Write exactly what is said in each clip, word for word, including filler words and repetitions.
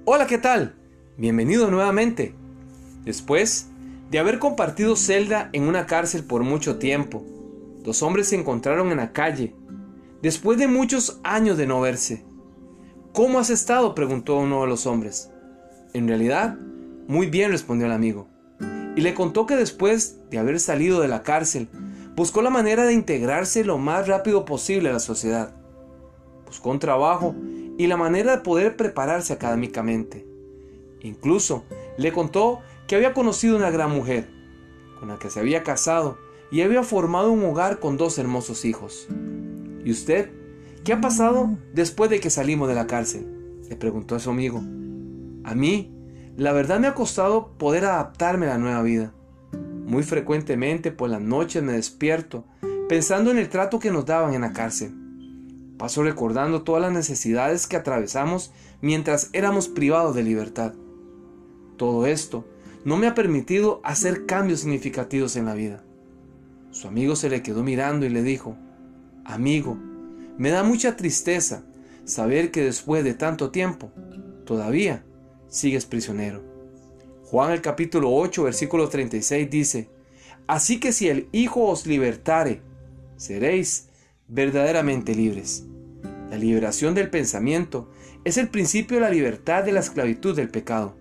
Hola, ¿qué tal? Bienvenido nuevamente. Después de haber compartido celda en una cárcel por mucho tiempo, dos hombres se encontraron en la calle, después de muchos años de no verse. ¿Cómo has estado?, preguntó uno de los hombres. En realidad, muy bien, respondió el amigo, y le contó que después de haber salido de la cárcel, buscó la manera de integrarse lo más rápido posible a la sociedad. Buscó un trabajo y la manera de poder prepararse académicamente. Incluso le contó que había conocido una gran mujer, con la que se había casado y había formado un hogar con dos hermosos hijos. ¿Y usted? ¿Qué ha pasado después de que salimos de la cárcel?, le preguntó a su amigo. A mí, la verdad me ha costado poder adaptarme a la nueva vida. Muy frecuentemente por las noches me despierto pensando en el trato que nos daban en la cárcel. Paso recordando todas las necesidades que atravesamos mientras éramos privados de libertad. Todo esto no me ha permitido hacer cambios significativos en la vida. Su amigo se le quedó mirando y le dijo: Amigo, me da mucha tristeza saber que después de tanto tiempo, todavía sigues prisionero. Juan el capítulo ocho, versículo treinta y seis dice: Así que si el Hijo os libertare, seréis verdaderamente libres. La liberación del pensamiento es el principio de la libertad de la esclavitud del pecado.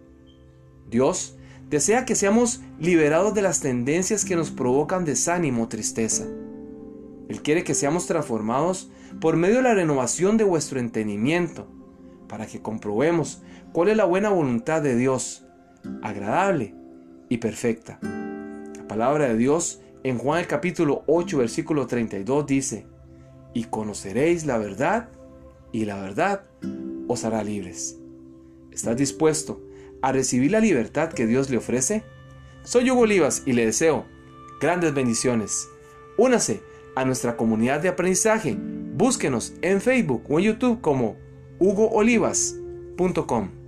Dios desea que seamos liberados de las tendencias que nos provocan desánimo o tristeza. Él quiere que seamos transformados por medio de la renovación de vuestro entendimiento, para que comprobemos cuál es la buena voluntad de Dios, agradable y perfecta. La palabra de Dios en Juan el capítulo ocho, versículo treinta y dos dice: Y conoceréis la verdad, y la verdad os hará libres. ¿Estás dispuesto a recibir la libertad que Dios le ofrece? Soy Hugo Olivas y le deseo grandes bendiciones. Únase a nuestra comunidad de aprendizaje. Búsquenos en Facebook o en YouTube como hugo olivas punto com.